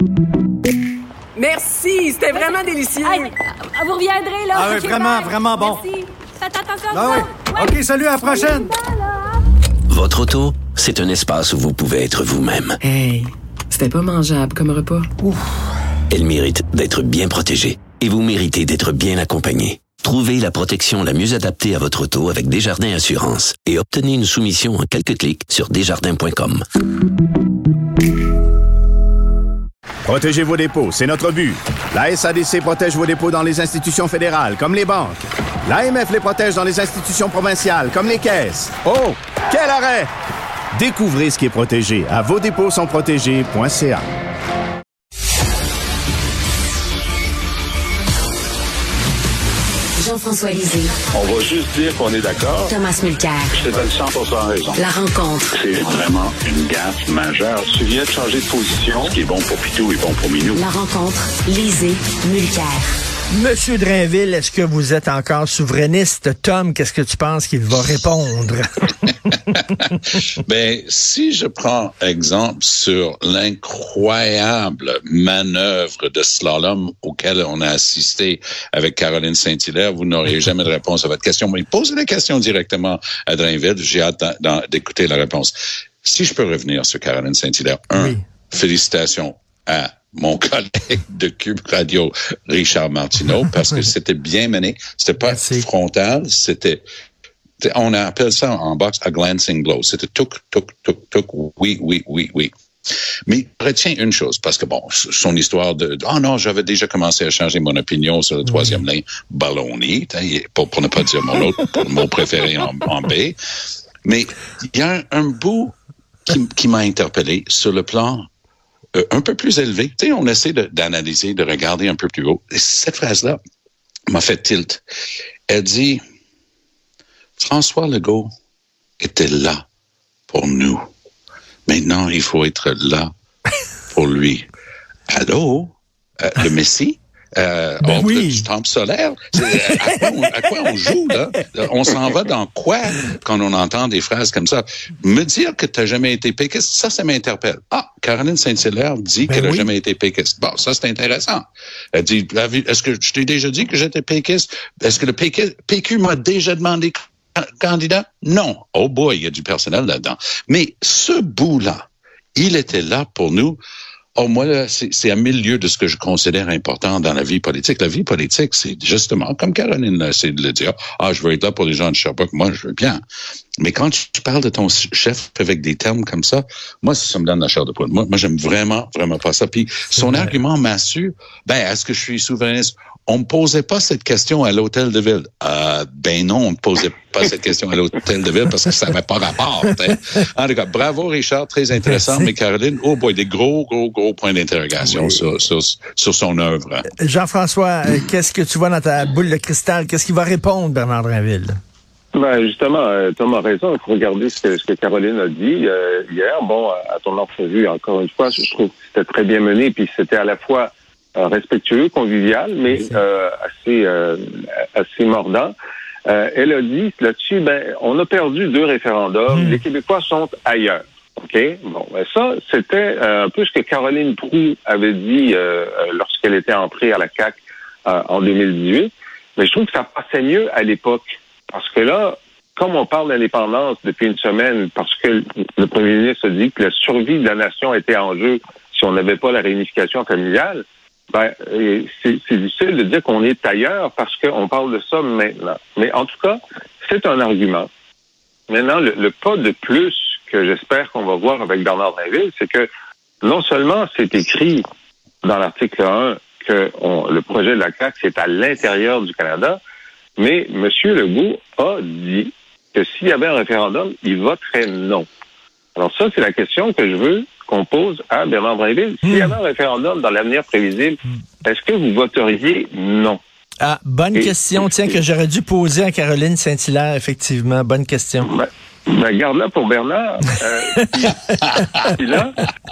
Merci, c'était vraiment délicieux. Hey, vous reviendrez, là. Ah oui, Okay, vraiment, bye. vraiment bon. Merci. Faites attention Ah oui. ouais. OK, salut, à la prochaine. Votre auto, c'est un espace où vous pouvez être vous-même. Hey, c'était pas mangeable comme repas. Ouf. Elle mérite d'être bien protégée et vous méritez d'être bien accompagné. Trouvez la protection la mieux adaptée à votre auto avec Desjardins Assurance et obtenez une soumission en quelques clics sur desjardins.com. Protégez vos dépôts, c'est notre but. La SADC protège vos dépôts dans les institutions fédérales, comme les banques. L'AMF les protège dans les institutions provinciales, comme les caisses. Oh, quel arrêt! Découvrez ce qui est protégé à vosdépôtssontprotégés.ca. Jean-François Lisée. On va juste dire qu'on est d'accord. Thomas Mulcair. Je te donne 100% raison. La rencontre. C'est vraiment une gaffe majeure. Tu viens de changer de position. Ce qui est bon pour Pitou est bon pour Minou. La rencontre. Lisée. Mulcair. Monsieur Drainville, est-ce que vous êtes encore souverainiste? Tom, qu'est-ce que tu penses qu'il va répondre? Ben, si je prends exemple sur l'incroyable manœuvre de slalom auquel on a assisté avec Caroline Saint-Hilaire, vous n'aurez jamais de réponse à votre question. Mais posez la question directement à Drainville. J'ai hâte d'écouter la réponse. Si je peux revenir sur Caroline Saint-Hilaire. Oui. Félicitations à mon collègue de Cube Radio, Richard Martineau, parce que c'était bien mené. C'était pas frontal, on appelle ça en boxe a glancing blow. C'était touk, oui. Mais retiens une chose, parce que bon, son histoire non, j'avais déjà commencé à changer mon opinion sur le troisième lien, ballonné, pour ne pas dire mon autre mot préféré en B. Mais il y a un bout qui m'a interpellé sur le plan un peu plus élevé. Tu sais, on essaie d'analyser, de regarder un peu plus haut. Et cette phrase-là m'a fait tilt. Elle dit, François Legault était là pour nous. Maintenant, il faut être là pour lui. Allô? Le Messie? Du temple solaire? À quoi on joue, là? On s'en va dans quoi quand on entend des phrases comme ça? Me dire que tu n'as jamais été péquiste, ça m'interpelle. Ah, Caroline Saint-Hilaire dit qu'elle n'a jamais été péquiste. Bon, ça, c'est intéressant. Elle dit, est-ce que je t'ai déjà dit que j'étais péquiste? Est-ce que le PQ m'a déjà demandé candidat? Non. Oh boy, il y a du personnel là-dedans. Mais ce bout-là, il était là pour nous. Oh, moi, là, c'est à 1000 lieues de ce que je considère important dans la vie politique. La vie politique, c'est justement, comme Caroline essaie de le dire, je veux être là pour les gens de Sherbrooke, moi, je veux bien. Mais quand tu parles de ton chef avec des termes comme ça, moi, ça me donne la chair de poule. Moi, j'aime vraiment pas ça. Puis, son argument massue, est-ce que je suis souverainiste? On me posait pas cette question à l'hôtel de ville. Non, on ne posait pas cette question à l'hôtel de ville parce que ça n'avait pas rapport. En tout cas, bravo Richard, très intéressant. Mais Caroline, oh boy, des gros points d'interrogation sur son œuvre. Jean-François, qu'est-ce que tu vois dans ta boule de cristal? Qu'est-ce qu'il va répondre, Bernard Drainville? Justement, Tom a raison. Il faut regarder ce que Caroline a dit hier. Bon, à ton entrevue, encore une fois, je trouve que c'était très bien mené, puis c'était à la fois respectueux, convivial, mais assez mordant. Elle a dit là-dessus, on a perdu 2 référendums, les Québécois sont ailleurs. OK? Bon, ça, c'était un peu ce que Caroline Proulx avait dit lorsqu'elle était entrée à la CAQ en 2018. Mais je trouve que ça passait mieux à l'époque. Parce que là, comme on parle d'indépendance depuis une semaine, parce que le premier ministre a dit que la survie de la nation était en jeu si on n'avait pas la réunification familiale, c'est difficile de dire qu'on est ailleurs parce qu'on parle de ça maintenant. Mais en tout cas, c'est un argument. Maintenant, le pas de plus que j'espère qu'on va voir avec Bernard Drainville, c'est que non seulement c'est écrit dans l'article 1 que le projet de la CAQ, c'est à l'intérieur du Canada, mais M. Legault a dit que s'il y avait un référendum, il voterait non. Alors ça, c'est la question que je veux qu'on pose à Bernard Drainville. S'il y avait un référendum dans l'avenir prévisible, est-ce que vous voteriez non? Ah, bonne question, que j'aurais dû poser à Caroline Saint-Hilaire, effectivement. Bonne question. Garde-la pour Bernard. Puis là,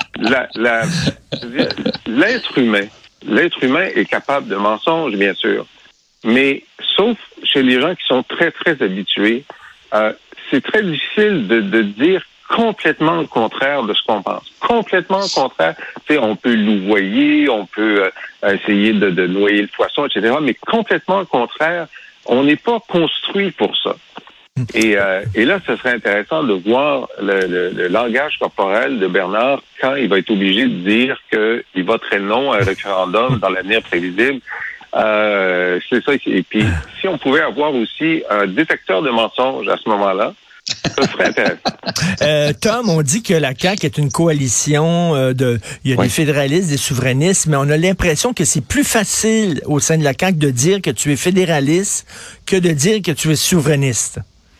l'être humain est capable de mensonges, bien sûr. Mais sauf chez les gens qui sont très, très habitués, c'est très difficile de dire complètement le contraire de ce qu'on pense. Complètement le contraire. Tu sais, on peut louvoyer, on peut essayer de noyer le poisson, etc., mais complètement le contraire. On n'est pas construit pour ça. Et là, ce serait intéressant de voir le langage corporel de Bernard quand il va être obligé de dire qu'il voterait non à un référendum dans l'avenir prévisible. C'est ça. Et puis, si on pouvait avoir aussi un détecteur de mensonges à ce moment-là, ça serait intéressant. Tom, on dit que la CAQ est une coalition il y a des fédéralistes, des souverainistes, mais on a l'impression que c'est plus facile au sein de la CAQ de dire que tu es fédéraliste que de dire que tu es souverainiste.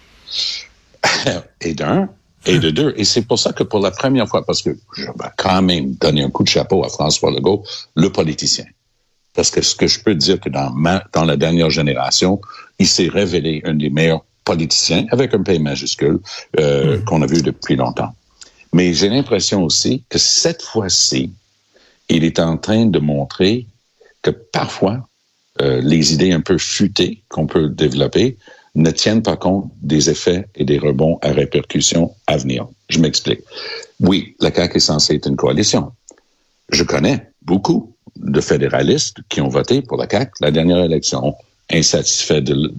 Et d'un, et de deux. Et c'est pour ça que pour la première fois, parce que je vais quand même donner un coup de chapeau à François Legault, le politicien. Parce que ce que je peux dire que dans la dernière génération, il s'est révélé un des meilleurs politiciens, avec un P majuscule, qu'on a vu depuis longtemps. Mais j'ai l'impression aussi que cette fois-ci, il est en train de montrer que parfois, les idées un peu futées qu'on peut développer ne tiennent pas compte des effets et des rebonds à répercussions à venir. Je m'explique. Oui, la CAQ est censée être une coalition. Je connais beaucoup de fédéralistes qui ont voté pour la CAQ la dernière élection, insatisfaits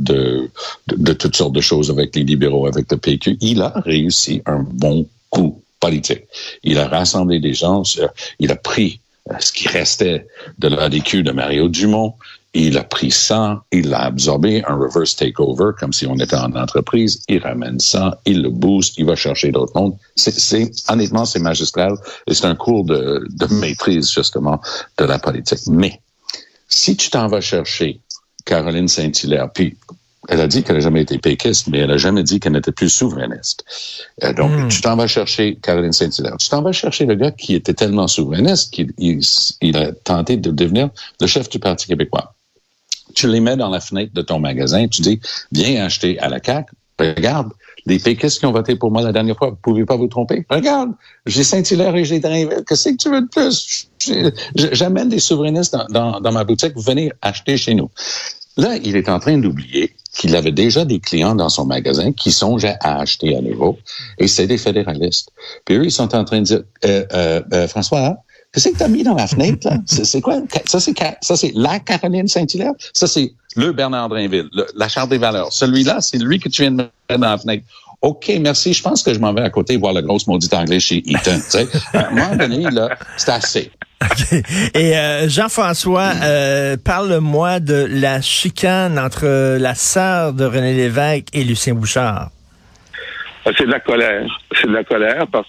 de toutes sortes de choses avec les libéraux, avec le PQ. Il a réussi un bon coup politique. Il a rassemblé des gens, il a pris ce qui restait de l'ADQ de Mario Dumont. Il a pris ça, il l'a absorbé, un reverse takeover, comme si on était en entreprise. Il ramène ça, il le booste, il va chercher d'autres mondes. Honnêtement, c'est magistral et c'est un cours de maîtrise, justement, de la politique. Mais, si tu t'en vas chercher Caroline Saint-Hilaire, puis elle a dit qu'elle n'a jamais été péquiste, mais elle n'a jamais dit qu'elle n'était plus souverainiste. Donc, tu t'en vas chercher Caroline Saint-Hilaire. Tu t'en vas chercher le gars qui était tellement souverainiste qu'il a tenté de devenir le chef du Parti québécois. Tu les mets dans la fenêtre de ton magasin, tu dis, viens acheter à la CAQ. Regarde, les péquistes qui ont voté pour moi la dernière fois, vous pouvez pas vous tromper. Regarde, j'ai Saint-Hilaire et j'ai Drainville. Qu'est-ce que tu veux de plus? J'amène des souverainistes dans ma boutique, venez acheter chez nous. Là, il est en train d'oublier qu'il avait déjà des clients dans son magasin qui songeaient à acheter à nouveau, et c'est des fédéralistes. Puis eux, ils sont en train de dire, François, qu'est-ce que t'as mis dans la fenêtre, là? C'est quoi? Ça, c'est la Caroline Saint-Hilaire? Ça, c'est le Bernard Drainville, la Charte des valeurs. Celui-là, c'est lui que tu viens de mettre dans la fenêtre. OK, merci. Je pense que je m'en vais à côté voir le gros maudit anglais chez Eaton. Tu sais, à un moment donné, là, c'est assez. Okay. Et Jean-François, parle-moi de la chicane entre la sœur de René Lévesque et Lucien Bouchard. C'est de la colère. C'est de la colère parce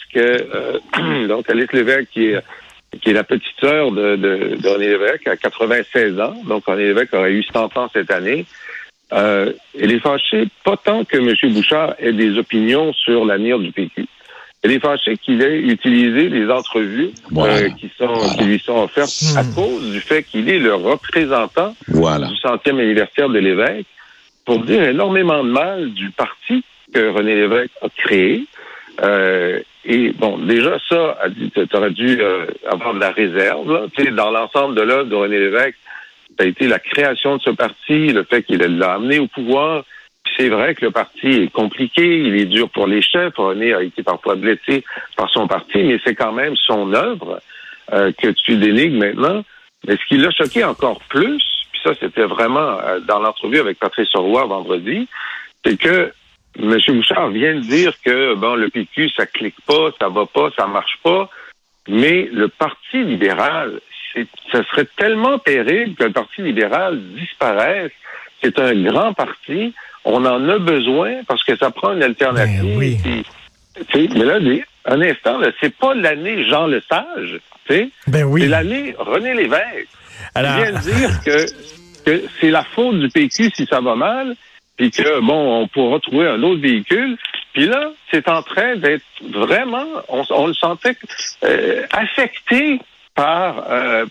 que donc Alice Lévesque, qui est la petite sœur de René Lévesque, a 96 ans. Donc René Lévesque aurait eu 100 ans cette année. Elle est fâchée, pas tant que M. Bouchard ait des opinions sur l'avenir du PQ. Elle est fâchée qu'il ait utilisé les entrevues qui lui sont offertes à cause du fait qu'il est le représentant du 100e anniversaire de Lévesque pour dire énormément de mal du parti que René Lévesque a créé. Et bon, déjà ça, tu aurais dû avoir de la réserve. Là. Tu sais, dans l'ensemble de l'œuvre de René Lévesque, ça a été la création de ce parti, le fait qu'il l'a amené au pouvoir. Puis c'est vrai que le parti est compliqué, il est dur pour les chefs. René a été parfois blessé par son parti, mais c'est quand même son œuvre que tu dénigres maintenant. Mais ce qui l'a choqué encore plus, puis ça c'était vraiment dans l'entrevue avec Patrice Roy vendredi, c'est que M. Bouchard vient de dire que bon, le PQ, ça clique pas, ça va pas, ça marche pas, mais le Parti libéral, ça serait tellement terrible que le Parti libéral disparaisse. C'est un grand parti, on en a besoin parce que ça prend une alternative. Ben oui. Mais là, un instant, là, c'est pas l'année Jean Lesage, c'est l'année René Lévesque. Alors... Il vient de dire que c'est la faute du PQ si ça va mal, puis que, bon, on pourra trouver un autre véhicule. Puis là, c'est en train d'être vraiment, on le sentait affecté par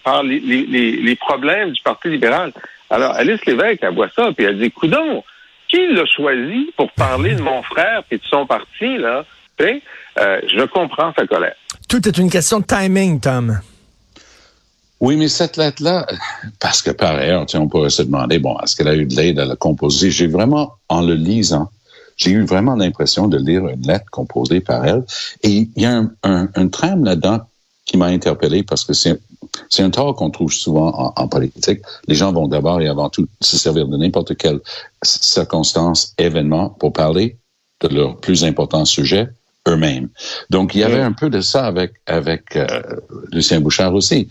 les problèmes du Parti libéral. Alors, Alice Lévesque, elle voit ça, puis elle dit, coudonc, qui l'a choisi pour parler de mon frère et de son parti, là? Je comprends sa colère. Tout est une question de timing, Tom. Oui, mais cette lettre-là, parce que par ailleurs, on pourrait se demander, bon, est-ce qu'elle a eu de l'aide à la composer? J'ai vraiment, en le lisant, j'ai eu vraiment l'impression de lire une lettre composée par elle. Et il y a un trame là-dedans qui m'a interpellé parce que c'est un tort qu'on trouve souvent en politique. Les gens vont d'abord et avant tout se servir de n'importe quelle circonstance, événement pour parler de leur plus important sujet eux-mêmes. Donc, il y avait un peu de ça avec Lucien Bouchard aussi.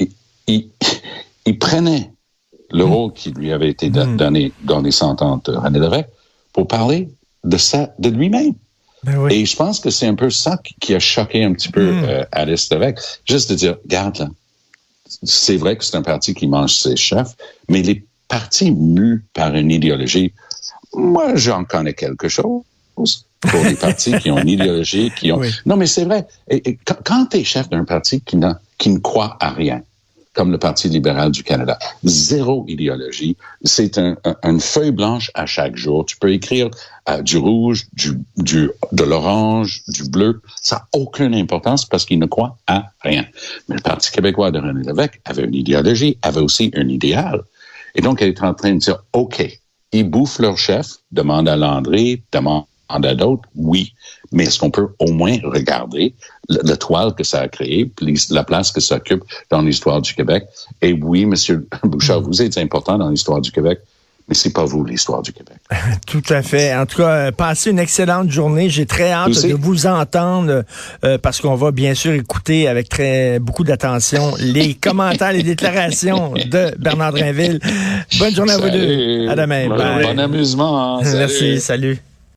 Il prenait le rôle qui lui avait été donné dans les sentences de René Lévesque pour parler de ça, de lui-même. Ben oui. Et je pense que c'est un peu ça qui a choqué un petit peu Alice Lévesque. Juste de dire, regarde là, c'est vrai que c'est un parti qui mange ses chefs, mais les partis mus par une idéologie, moi, j'en connais quelque chose pour les partis qui ont une idéologie, qui ont... Oui. Non, mais c'est vrai. Et quand tu es chef d'un parti qui ne croit à rien, comme le Parti libéral du Canada. Zéro idéologie. C'est une feuille blanche à chaque jour. Tu peux écrire du rouge, de l'orange, du bleu. Ça n'a aucune importance parce qu'il ne croit à rien. Mais le Parti québécois de René Lévesque avait une idéologie, avait aussi un idéal. Et donc, elle est en train de dire, OK, ils bouffent leur chef, demande à Landry, demande à d'autres, oui. Mais est-ce qu'on peut au moins regarder la toile que ça a créée, la place que ça occupe dans l'histoire du Québec? Et oui, M. Bouchard, vous êtes important dans l'histoire du Québec, mais c'est pas vous l'histoire du Québec. Tout à fait. En tout cas, passez une excellente journée. J'ai très hâte de vous entendre parce qu'on va bien sûr écouter avec beaucoup d'attention les commentaires, les déclarations de Bernard Drinville. Bonne journée à vous deux. À demain. Bon amusement. Hein. Merci. Salut.